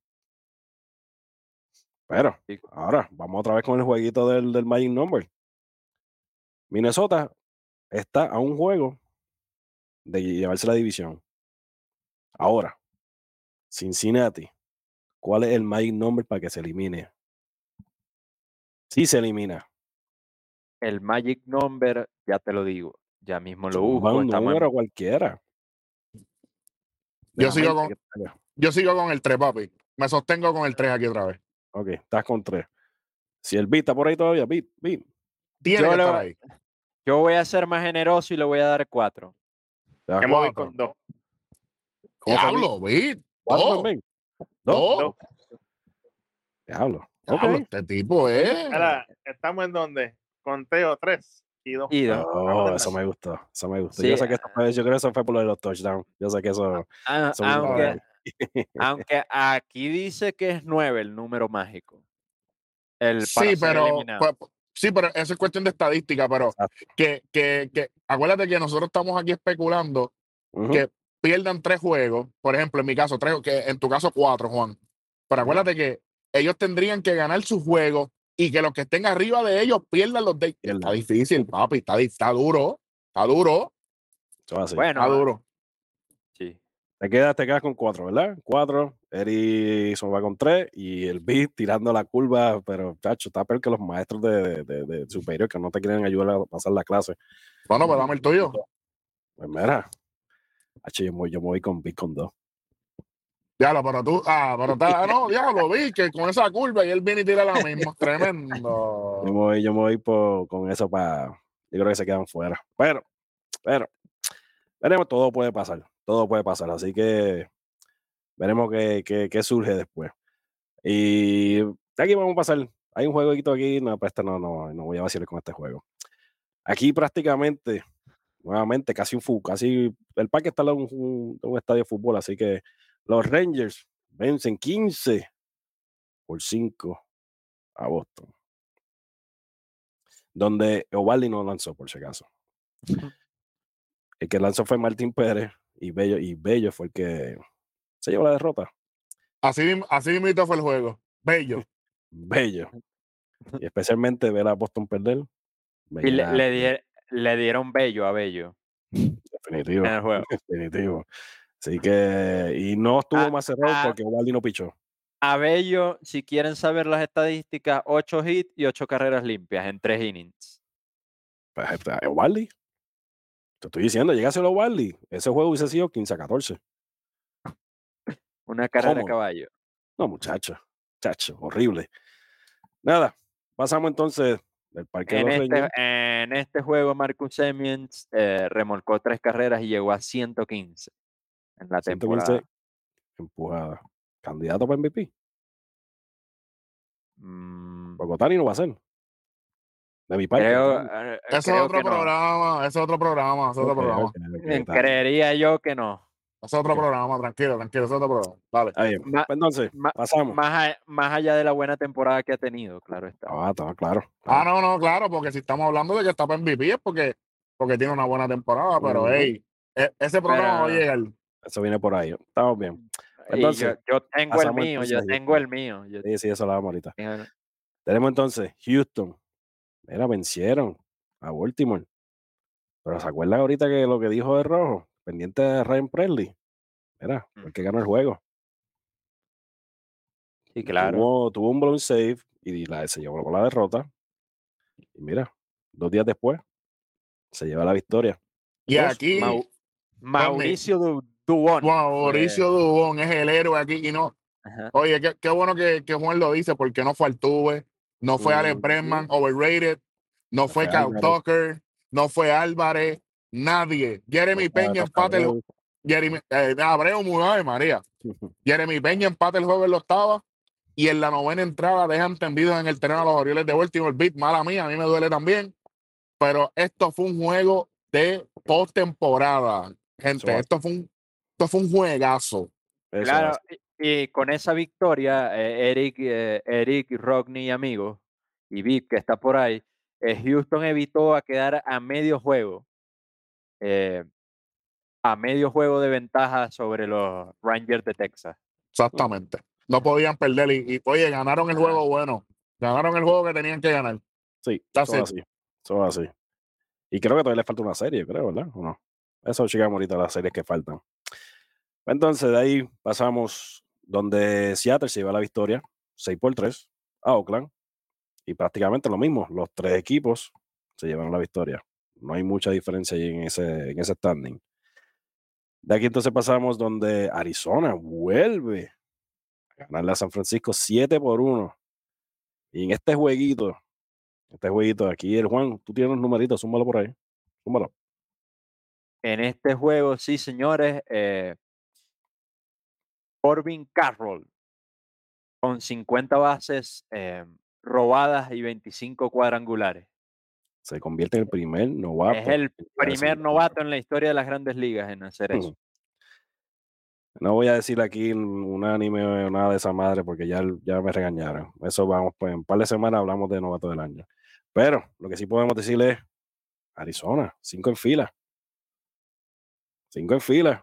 Pero Sí. ahora vamos otra vez con el jueguito del Magic Number. Minnesota está a un juego de llevarse la división. Ahora, Cincinnati, ¿cuál es el Magic Number para que se elimine? Si se elimina, El Magic Number, ya te lo digo. Ya mismo lo zumba busco. un número cualquiera. Yo Déjame sigo ver con, yo sigo con el 3, papi. Me sostengo con el 3 aquí otra vez. Ok, estás con 3. Si el beat está por ahí todavía, beat. Tiene Yo que le- estar ahí. Yo voy a ser más generoso y le voy a dar 4. ¿Te das Yo me voy 4? con 2. ¿Cómo fue, Beat? Diablo, Beat. 4 Dos. también. 2. Dos. Diablo. Ok. Diablo, este tipo es. Ahora, ¿estamos en donde? Conteo 3 y 2. Y dos. Oh, eso me gustó. Eso me gustó. Sí, Yo sé que yo creo que eso fue por lo de los touchdowns. Yo sé que eso. eso me aunque, gustó. aunque aquí dice que es 9 el número mágico. Para Sí, ser pero eliminado. sí, pero eso es cuestión de estadística, pero Exacto. que acuérdate que nosotros estamos aquí especulando Ujú. que pierdan 3 juegos, por ejemplo, en mi caso 3, que en tu caso 4, Juan. Pero acuérdate que ellos tendrían que ganar sus juegos y que los que estén arriba de ellos pierdan los de. Pierdan. Está difícil, papi, está duro, está duro, Eso va así. Bueno, está duro. sí. Te quedas con 4, ¿verdad? 4. Erickson va con 3 y el beat tirando la curva, pero chacho, está peor que los maestros de superior que no te quieren ayudar a pasar la clase. Bueno, pues dame el tuyo. Pues mira, chacho, yo me voy con beat con 2. Diablo, pero tú, pero está, no, diablo, vi que con esa curva y él viene y tira la misma. Tremendo. Yo me voy con eso para. Yo creo que se quedan fuera. Pero, veremos, todo puede pasar. Todo puede pasar. Así que veremos qué surge después. Y de aquí vamos a pasar. Hay un jueguito aquí. No, pues no voy a vacilar con este juego. Aquí prácticamente, nuevamente, casi el parque está en un estadio de fútbol. Así que los Rangers vencen 15-5 a Boston. Donde Ovaldi no lanzó, por si acaso. El que lanzó fue Martín Pérez y Bello fue el que se llevó la derrota. Así mismo fue el juego. Bello. Bello. Y especialmente ver a Boston perder. Y le dieron Bello a Bello Definitivo. en el juego. Definitivo. Así que, y no estuvo más cerrado porque Ovaldi no pichó. A Bello, si quieren saber las estadísticas, 8 hits y 8 carreras limpias en 3 innings. Pues, Ovaldi. Te estoy diciendo, llegase a Ovaldi. Ese juego hubiese sido 15-14. Una carrera a ¿Cómo? caballo. No, muchacho, horrible. Nada, pasamos entonces del parque de los Rangers. En este juego, Marcus Semien remolcó 3 carreras y llegó a 115 en la 115 temporada. empujada. ¿Candidato para MVP? Mm, Bogotá no va a ser. De mi parte. Ese es creo otro que no. programa, ese es otro programa, ese es otro programa. Ok, Creería yo que no. Ese es otro programa, tranquilo, ese es otro programa. Dale. Ahí, pues entonces, pasamos. Más allá de la buena temporada que ha tenido, claro está. Está claro. No, claro, porque si estamos hablando de que está para MVP es porque tiene una buena temporada, pero hey, ese programa va a llegar. Eso viene por ahí. Estamos bien. Entonces, yo tengo el mío, Sí, eso lo vamos ahorita. Tenemos entonces Houston. Mira, vencieron a Baltimore. Pero ¿se acuerdan ahorita que lo que dijo de Rojo? Pendiente de Ryan Presley. Mira, el que ganó el juego. Sí, claro. Tuvo un blown save y se llevó la derrota. Y mira, 2 días después se lleva la victoria. Y aquí Mauricio Dubón. Mauricio Dubón es el héroe aquí y no. Ajá. Oye, qué bueno que Juan lo dice porque no fue Altuve, no fue Alex Bregman, overrated, no fue Kyle Tucker, no fue Álvarez, nadie. Jeremy Peña empata el Abreu, ay María. Jeremy Peña empata el juego en la octava y en la novena entrada dejan tendidos en el terreno a los Orioles de Baltimore. Beat, mala mía, a mí me duele también, pero esto fue un juego de postemporada, gente. Eso Esto fue un juegazo. Eso Claro, hace. y con esa victoria, Eric, Rodney y amigos, y Vic, que está por ahí, Houston evitó a quedar eh, a medio juego de ventaja sobre los Rangers de Texas. Exactamente. No podían perder oye, ganaron el Ah, juego bueno. Ganaron el juego que tenían que ganar. Sí, That's eso it. así. Eso así. Y creo que todavía le falta una serie, creo, ¿verdad? ¿O no? Eso llegamos ahorita a las series que faltan. Entonces, de ahí pasamos donde Seattle se lleva la victoria, 6-3 a Oakland. Y prácticamente lo mismo, los tres equipos se llevaron la victoria. No hay mucha diferencia ahí en ese standing. De aquí entonces pasamos donde Arizona vuelve a ganarle a San Francisco 7-1. Y en este jueguito aquí, el Juan, tú tienes los numeritos, súmalo por ahí. Súmalo. En este juego, sí, señores, Corbin Carroll con 50 bases robadas y 25 cuadrangulares. Se convierte en el primer Es novato. el en llegar a ese primer número. novato en la historia de las grandes ligas en hacer eso. No voy a decir aquí unánime o nada de esa madre porque ya me regañaron. Eso vamos, pues en un par de semanas hablamos de novato del año. Pero lo que sí podemos decirle es Arizona, 5 en fila. 5 en fila.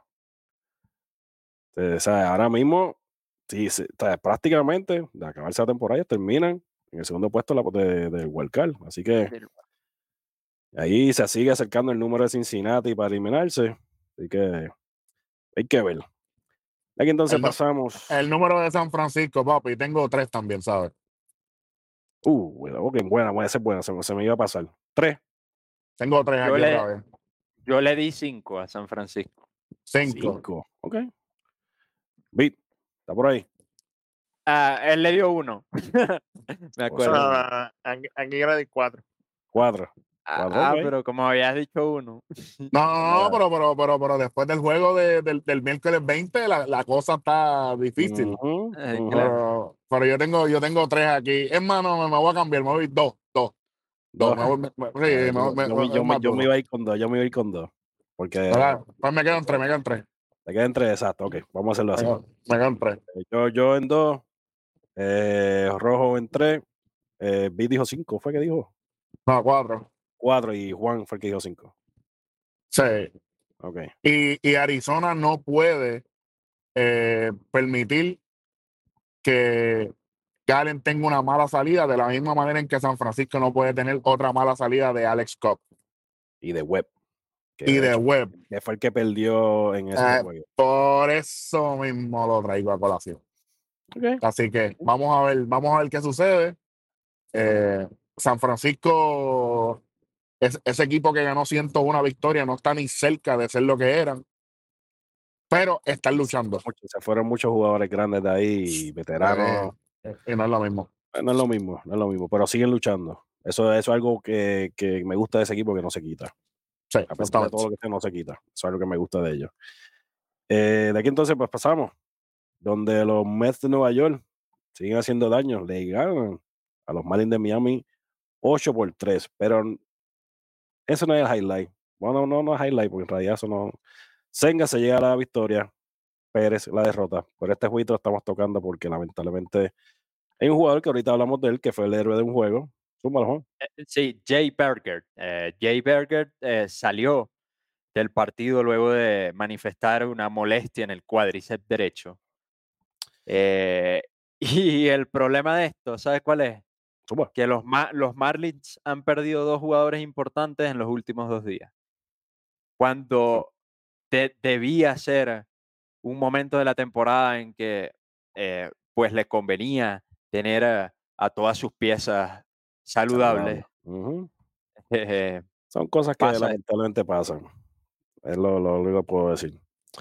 O sea, ahora mismo, sí, o sea, prácticamente de acabarse la temporada, terminan en el segundo puesto del Wild Card. Así que ahí se sigue acercando el número de Cincinnati para eliminarse. Así que hay que ver. Aquí entonces El, nu- pasamos. el número de San Francisco, papi. Tengo 3 también, ¿sabes? Ok, esa es buena, se me iba a pasar. 3, Tengo 3 Yo aquí otra le, vez. yo le di 5 a San Francisco. 5. 5. Ok. Beat, está por ahí. Ah, él le dio 1. Me O sea, acuerdo. Aquí era de 4. 4. 4, ok. Pero como habías dicho 1. No, pero después del juego del miércoles 20, la cosa está difícil. Claro. Pero yo tengo 3 aquí. Es más, no, me voy a cambiar. Me voy 2. 2. 2. Dos. Sí, es más Yo me duro. iba a ir con 2, yo me iba a ir con 2. Porque ¿Verdad? Pues me quedan 3, me quedan 3. te quedan 3, exacto. Ok, vamos a hacerlo así. Me quedan 3. Yo en 2, Rojo en 3, Beat dijo 5, ¿fue que dijo? No, 4. 4 y Juan fue el que dijo 5. Sí. Ok. Y Arizona no puede permitir que Galen tenga una mala salida de la misma manera en que San Francisco no puede tener otra mala salida de Alex Cobb Y de Webb, que y de de hecho Webb. que fue el que perdió en ese juego. Por eso mismo lo traigo a colación. Ok. Así que vamos a ver qué sucede. San Francisco, ese equipo que ganó 101 victorias, no está ni cerca de ser lo que eran, pero están luchando. Se fueron muchos jugadores grandes de ahí, veteranos. Y no es lo mismo. No es lo mismo, no es lo mismo, pero siguen luchando. Eso es algo que me gusta de ese equipo que no se quita. Sí, A pesar de todo lo que esté, no se quita. Eso es algo que me gusta de ellos. De aquí entonces, pues pasamos, donde los Mets de Nueva York siguen haciendo daño, le ganan a los Marlins de Miami 8-3, pero eso no es el highlight. Bueno, no es highlight, porque en realidad eso no. Senga se llega a la victoria, Pérez la derrota. Por este jueguito lo estamos tocando porque lamentablemente hay un jugador que ahorita hablamos de él, que fue el héroe de un juego. Súmalo, Juan. Sí, Jay Berger. Jay Berger salió del partido luego de manifestar una molestia en el cuádriceps derecho. Y el problema de esto, ¿sabes cuál es? Suma. Que los Marlins han perdido 2 jugadores importantes en los últimos 2 días. Cuando debía ser un momento de la temporada en que pues le convenía tener a todas sus piezas saludables. Ujú. eh, Son cosas que pasa. lamentablemente pasan. Es lo único que puedo decir.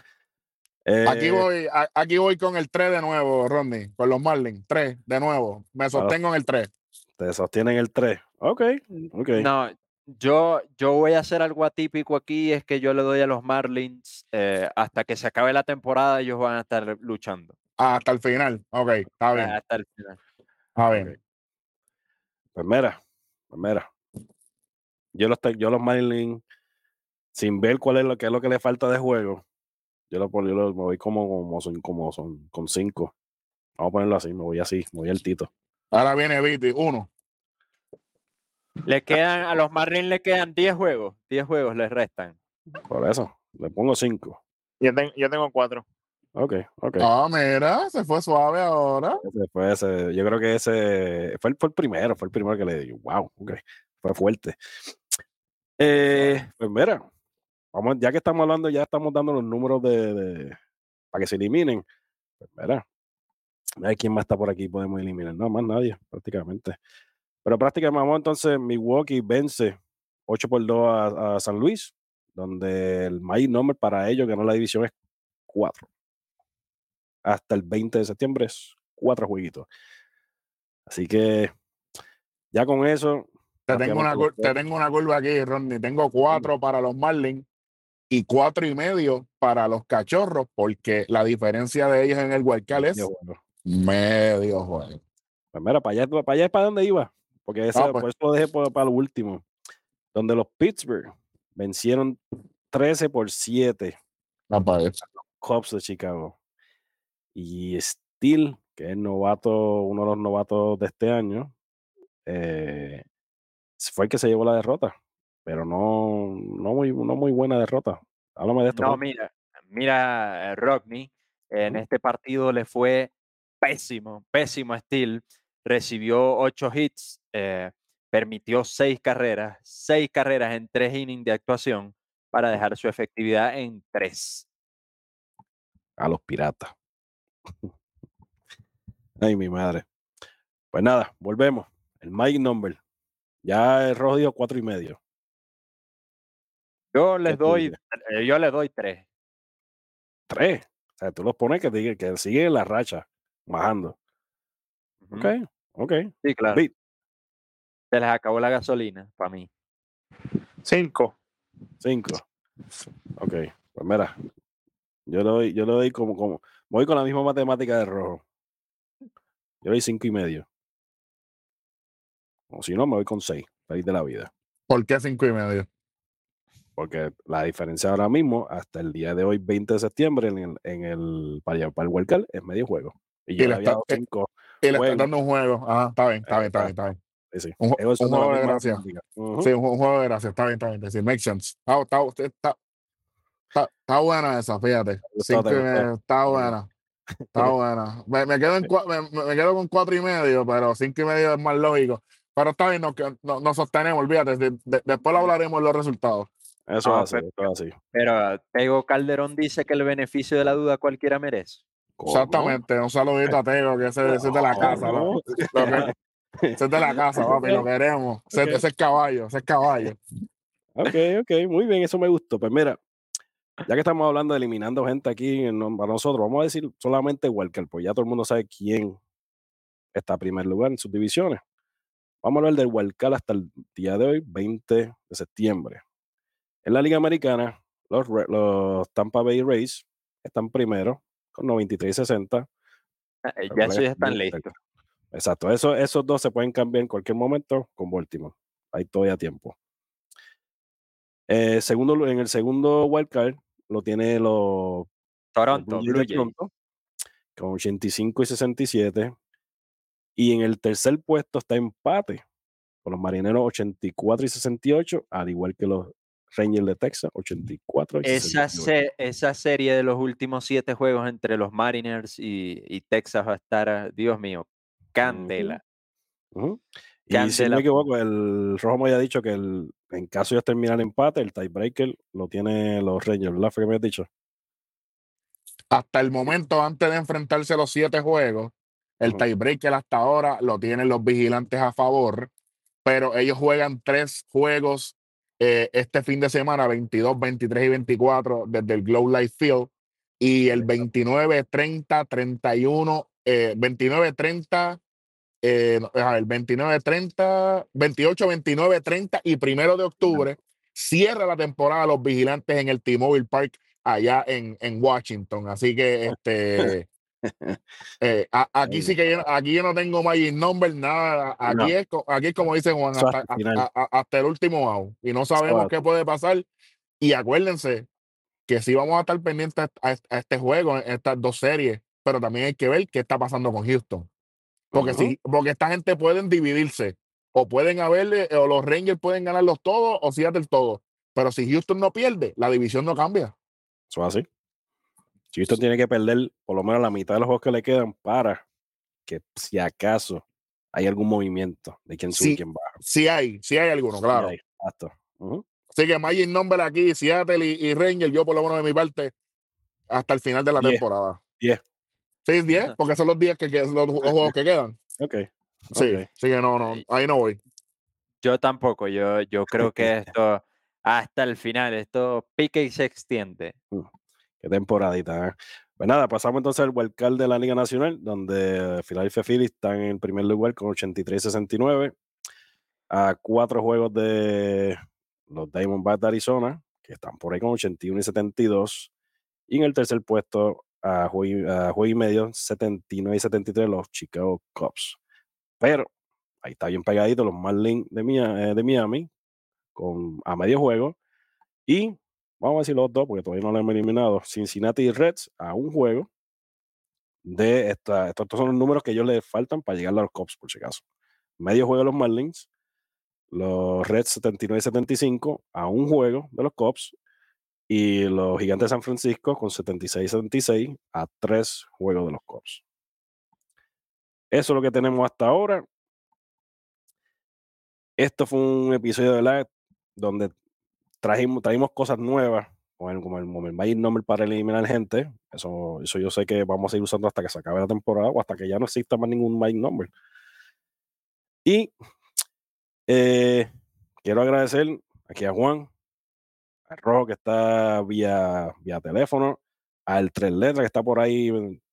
Aquí voy con el 3 de nuevo, Rodney, con los Marlins. 3 de nuevo. Me sostengo en el 3. Te sostienen el 3. Ok. No, yo voy a hacer algo atípico aquí, es que yo le doy a los Marlins hasta que se acabe la temporada, ellos van a estar luchando. Hasta el final. Ok, está bien. hasta el final. Está Ok. bien. Pues mira. Yo los Marlins, sin ver qué es lo que le falta de juego, me voy como son con 5. Vamos a ponerlo así, me voy al Tito. Ahora viene Viti, 1. A los Marlins le quedan 10 juegos. 10 juegos les restan. Por eso, le pongo 5. Yo tengo 4. Ok. Ah, mira, se fue suave ahora. Yo creo que ese fue el primero que le di. Wow, ok. Fue fuerte. Pues mira, ya que estamos hablando, ya estamos dando los números para que se eliminen. Pues mira, a ver quién más está por aquí, podemos eliminar. No, más nadie, prácticamente. Pero prácticamente, vamos entonces, Milwaukee vence 8-2 a San Luis, donde el main number para ellos ganó la división es 4. Hasta el 20 de septiembre es 4 jueguitos. Así que ya con eso. Te tengo una curva aquí, Ronnie. Tengo 4 para los Marlins y 4.5 para los Cachorros, porque la diferencia de ellos en el wildcard es medio juego. Pues mira, para allá es para donde iba, porque pues. por eso lo dejé para lo último, donde los Pittsburgh vencieron 13-7 Pues. Cubs de Chicago. Y Steele, que es uno de los novatos de este año, fue el que se llevó la derrota, pero no muy buena derrota. Háblame de esto. No, mira, Rodney, en este partido le fue pésimo a Steele. Recibió 8 hits, permitió 6 carreras en 3 innings de actuación para dejar su efectividad en 3. A los Piratas. Ay, mi madre. Pues nada, volvemos. El Mike Number. Ya el Rojo dio 4.5. Yo les doy 3. 3. O sea, tú los pones que siguen la racha, bajando. Ok. Sí, claro. Se les acabó la gasolina, para mí. 5. Ok. Pues mira, yo le doy como voy con la misma matemática de Rojo. Yo le doy 5.5. O si no, me voy con 6. Feliz de la vida. ¿Por qué 5.5? Porque la diferencia ahora mismo, hasta el día de hoy, 20 de septiembre, para el wildcard, es medio juego. Y yo le había dado 5. Y le estás dando un juego. Ajá, está bien. Sí. Un juego de gracia. Uh-huh. Sí, un juego de gracia. Está bien. Sí, make sense. Está buena esa, fíjate. Está buena. Está buena. Me quedo con 4.5, pero 5.5 es más lógico. Pero está bien, nos sostenemos, olvídate. Después lo hablaremos los resultados. Eso es así. Pero Tego Calderón dice que el beneficio de la duda cualquiera merece. ¿Cómo? Exactamente. Un saludito a Tego, que ese es de la casa. Ese es de la casa, papi, lo queremos. Ese es caballo. Ok, muy bien, eso me gustó. Pues mira, ya que estamos hablando de eliminando gente aquí para nosotros, vamos a decir solamente wildcard, pues ya todo el mundo sabe quién está en primer lugar en sus divisiones. Vamos a hablar del wildcard hasta el día de hoy, 20 de septiembre. En la Liga Americana, los Tampa Bay Rays están primero con 93-60. Ya esos ya están listos. Exacto, esos dos se pueden cambiar en cualquier momento con Baltimore. Hay todavía tiempo. En el segundo wildcard lo tiene los Toronto, Blue Jays con 85-67. Y en el tercer puesto está empate con los Marineros 84-68, al igual que los Rangers de Texas 84-68. Esa serie de los últimos 7 juegos entre los Mariners y Texas va a estar, Dios mío, candela. Y si no me equivoco, el Rojo me había dicho que en caso de terminar empate, el tiebreaker lo tiene los Rangers, ¿verdad? ¿Fue que me has dicho? Hasta el momento, antes de enfrentarse a los 7 juegos, el tiebreaker hasta ahora lo tienen los Vigilantes a favor, pero ellos juegan 3 juegos este fin de semana, 22, 23 y 24, desde el Globe Life Field, y el 29, 30, 31, 29, 30, el 29, 30, 28, 29, 30 y 1 de octubre cierra la temporada los Vigilantes en el T-Mobile Park allá en Washington. Así que Aquí sí que aquí yo no tengo magic number, nada. Aquí, No. aquí es como dice Juan, Eso hasta, hasta el final. hasta el último out. Y no Eso sabemos va- qué puede pasar. Y acuérdense que sí vamos a estar pendientes a este juego, en estas dos series, pero también hay que ver qué está pasando con Houston. Porque, Ujú. porque esta gente pueden dividirse, o pueden haberle, o los Rangers pueden ganarlos todos, o Seattle todos. Pero si Houston no pierde, la división no cambia. Eso es así. Houston tiene que perder por lo menos la mitad de los juegos que le quedan para que, si acaso, hay algún movimiento de quién sube y Sí, quién baja. sí hay alguno, Y claro. ahí, exacto. Ujú. Así que Magic Number aquí, Seattle y Rangers, yo por lo menos de mi parte, hasta el final de la 10, temporada. 10. Sí, 10, porque son los 10 los juegos que quedan. Ok, Sí, ok. sí que no, ahí no voy. Yo tampoco, yo creo que esto hasta el final, esto pica y se extiende. Qué temporadita, ¿eh? Pues nada, pasamos entonces al wildcard de la Liga Nacional, donde Philadelphia Phillies están en el primer lugar con 83-69, a 4 juegos de los Diamondbacks de Arizona, que están por ahí con 81-72, y en el tercer puesto, a juego y medio, 79-73, los Chicago Cubs. Pero ahí está bien pegadito los Marlins de Miami, a medio juego, y vamos a decir los dos, porque todavía no lo hemos eliminado, Cincinnati Reds a un juego de estos son los números que ellos les faltan para llegar a los Cubs, por si acaso. Medio juego de los Marlins, los Reds 79-75 a un juego de los Cubs, y los Gigantes de San Francisco con 76-76 a 3 juegos de los Cubs. Eso es lo que tenemos hasta ahora. Esto fue un episodio de live donde trajimos cosas nuevas, como el Magic Number para eliminar gente. Eso yo sé que vamos a ir usando hasta que se acabe la temporada o hasta que ya no exista más ningún Magic Number. Y quiero agradecer aquí a Juan, al Rojo que está vía teléfono, al Tres Letras que está por ahí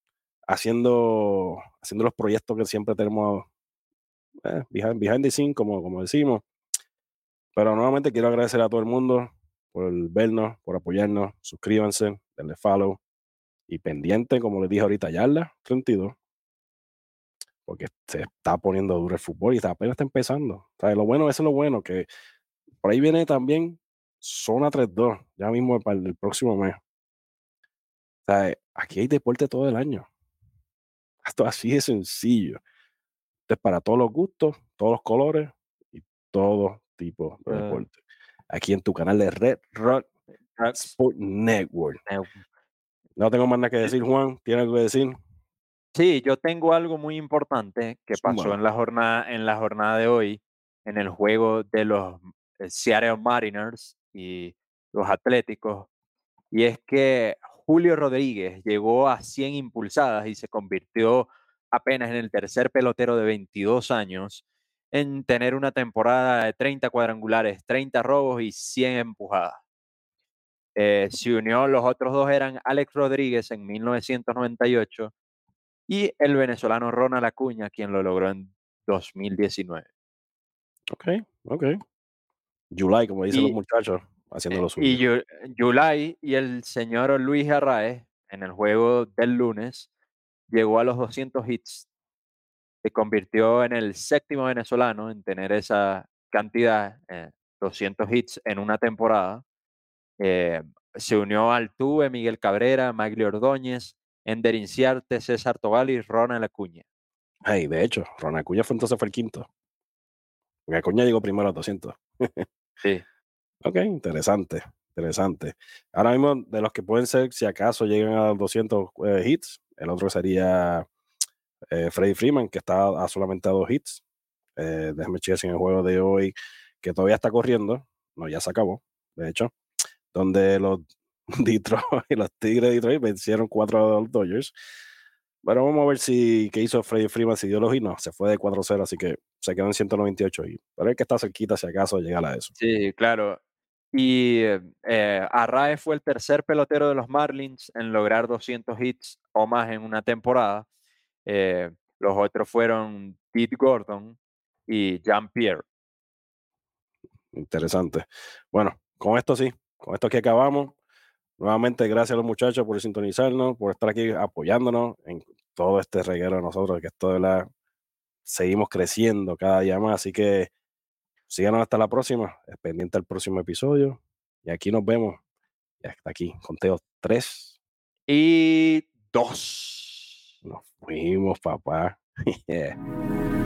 haciendo los proyectos que siempre tenemos behind the scene, como decimos. Pero nuevamente quiero agradecer a todo el mundo por vernos, por apoyarnos. Suscríbanse, denle follow y pendiente, como les dije ahorita, Yarda 32, porque se está poniendo duro el fútbol y apenas está empezando. O sea, lo bueno, eso es lo bueno, que por ahí viene también Zona 3-2, ya mismo para el próximo mes. O sea, aquí hay deporte todo el año. Esto así de sencillo. Esto es para todos los gustos, todos los colores y todo tipo de deporte. Aquí en tu canal de Red Rock Sport Network. No tengo más nada que decir, Juan. ¿Tienes algo que decir? Sí, yo tengo algo muy importante que pasó Zúmbalo. en la jornada de hoy, en el juego de los Seattle Mariners y los Atléticos, y es que Julio Rodríguez llegó a 100 impulsadas y se convirtió apenas en el tercer pelotero de 22 años en tener una temporada de 30 cuadrangulares, 30 robos y 100 empujadas. Se unió, los otros dos eran Alex Rodríguez en 1998 y el venezolano Ronald Acuña, quien lo logró en 2019. Ok. July, como dicen los Y, muchachos, haciendo lo y suyo. Yulai y el señor Luis Arraez, en el juego del lunes, llegó a los 200 hits. Se convirtió en el séptimo venezolano en tener esa cantidad, 200 hits en una temporada. Se unió al Tuve, Miguel Cabrera, Magli Ordóñez, Ender Inciarte, César Togal y Ronald Acuña. Hey, de hecho, Ronald Acuña fue el quinto. Porque Acuña llegó primero a 200. Sí. Ok, interesante. Ahora mismo, de los que pueden ser, si acaso llegan a los 200 hits, el otro sería Freddie Freeman, que está solamente a 2 hits. Déjame chequear si en el juego de hoy, que todavía está corriendo, no, ya se acabó, de hecho, donde los Detroit y los Tigres de Detroit vencieron 4 a los Dodgers. Bueno, vamos a ver qué hizo Freddie Freeman, si dio los hits, no, se fue de 4-0, así que se quedó en 198 hits. Pero es que está cerquita, si acaso, llegar a eso. Sí, claro. Y Arraez fue el tercer pelotero de los Marlins en lograr 200 hits o más en una temporada. Los otros fueron Pete Gordon y Jean-Pierre. Interesante. Bueno, con esto que acabamos. Nuevamente, gracias a los muchachos por sintonizarnos, por estar aquí apoyándonos en todo este reguero de nosotros, que esto de la seguimos creciendo cada día más. Así que síganos hasta la próxima, es pendiente al próximo episodio. Y aquí nos vemos. Y hasta aquí, conteo 3. Y 2. Nos fuimos, papá. Yeah.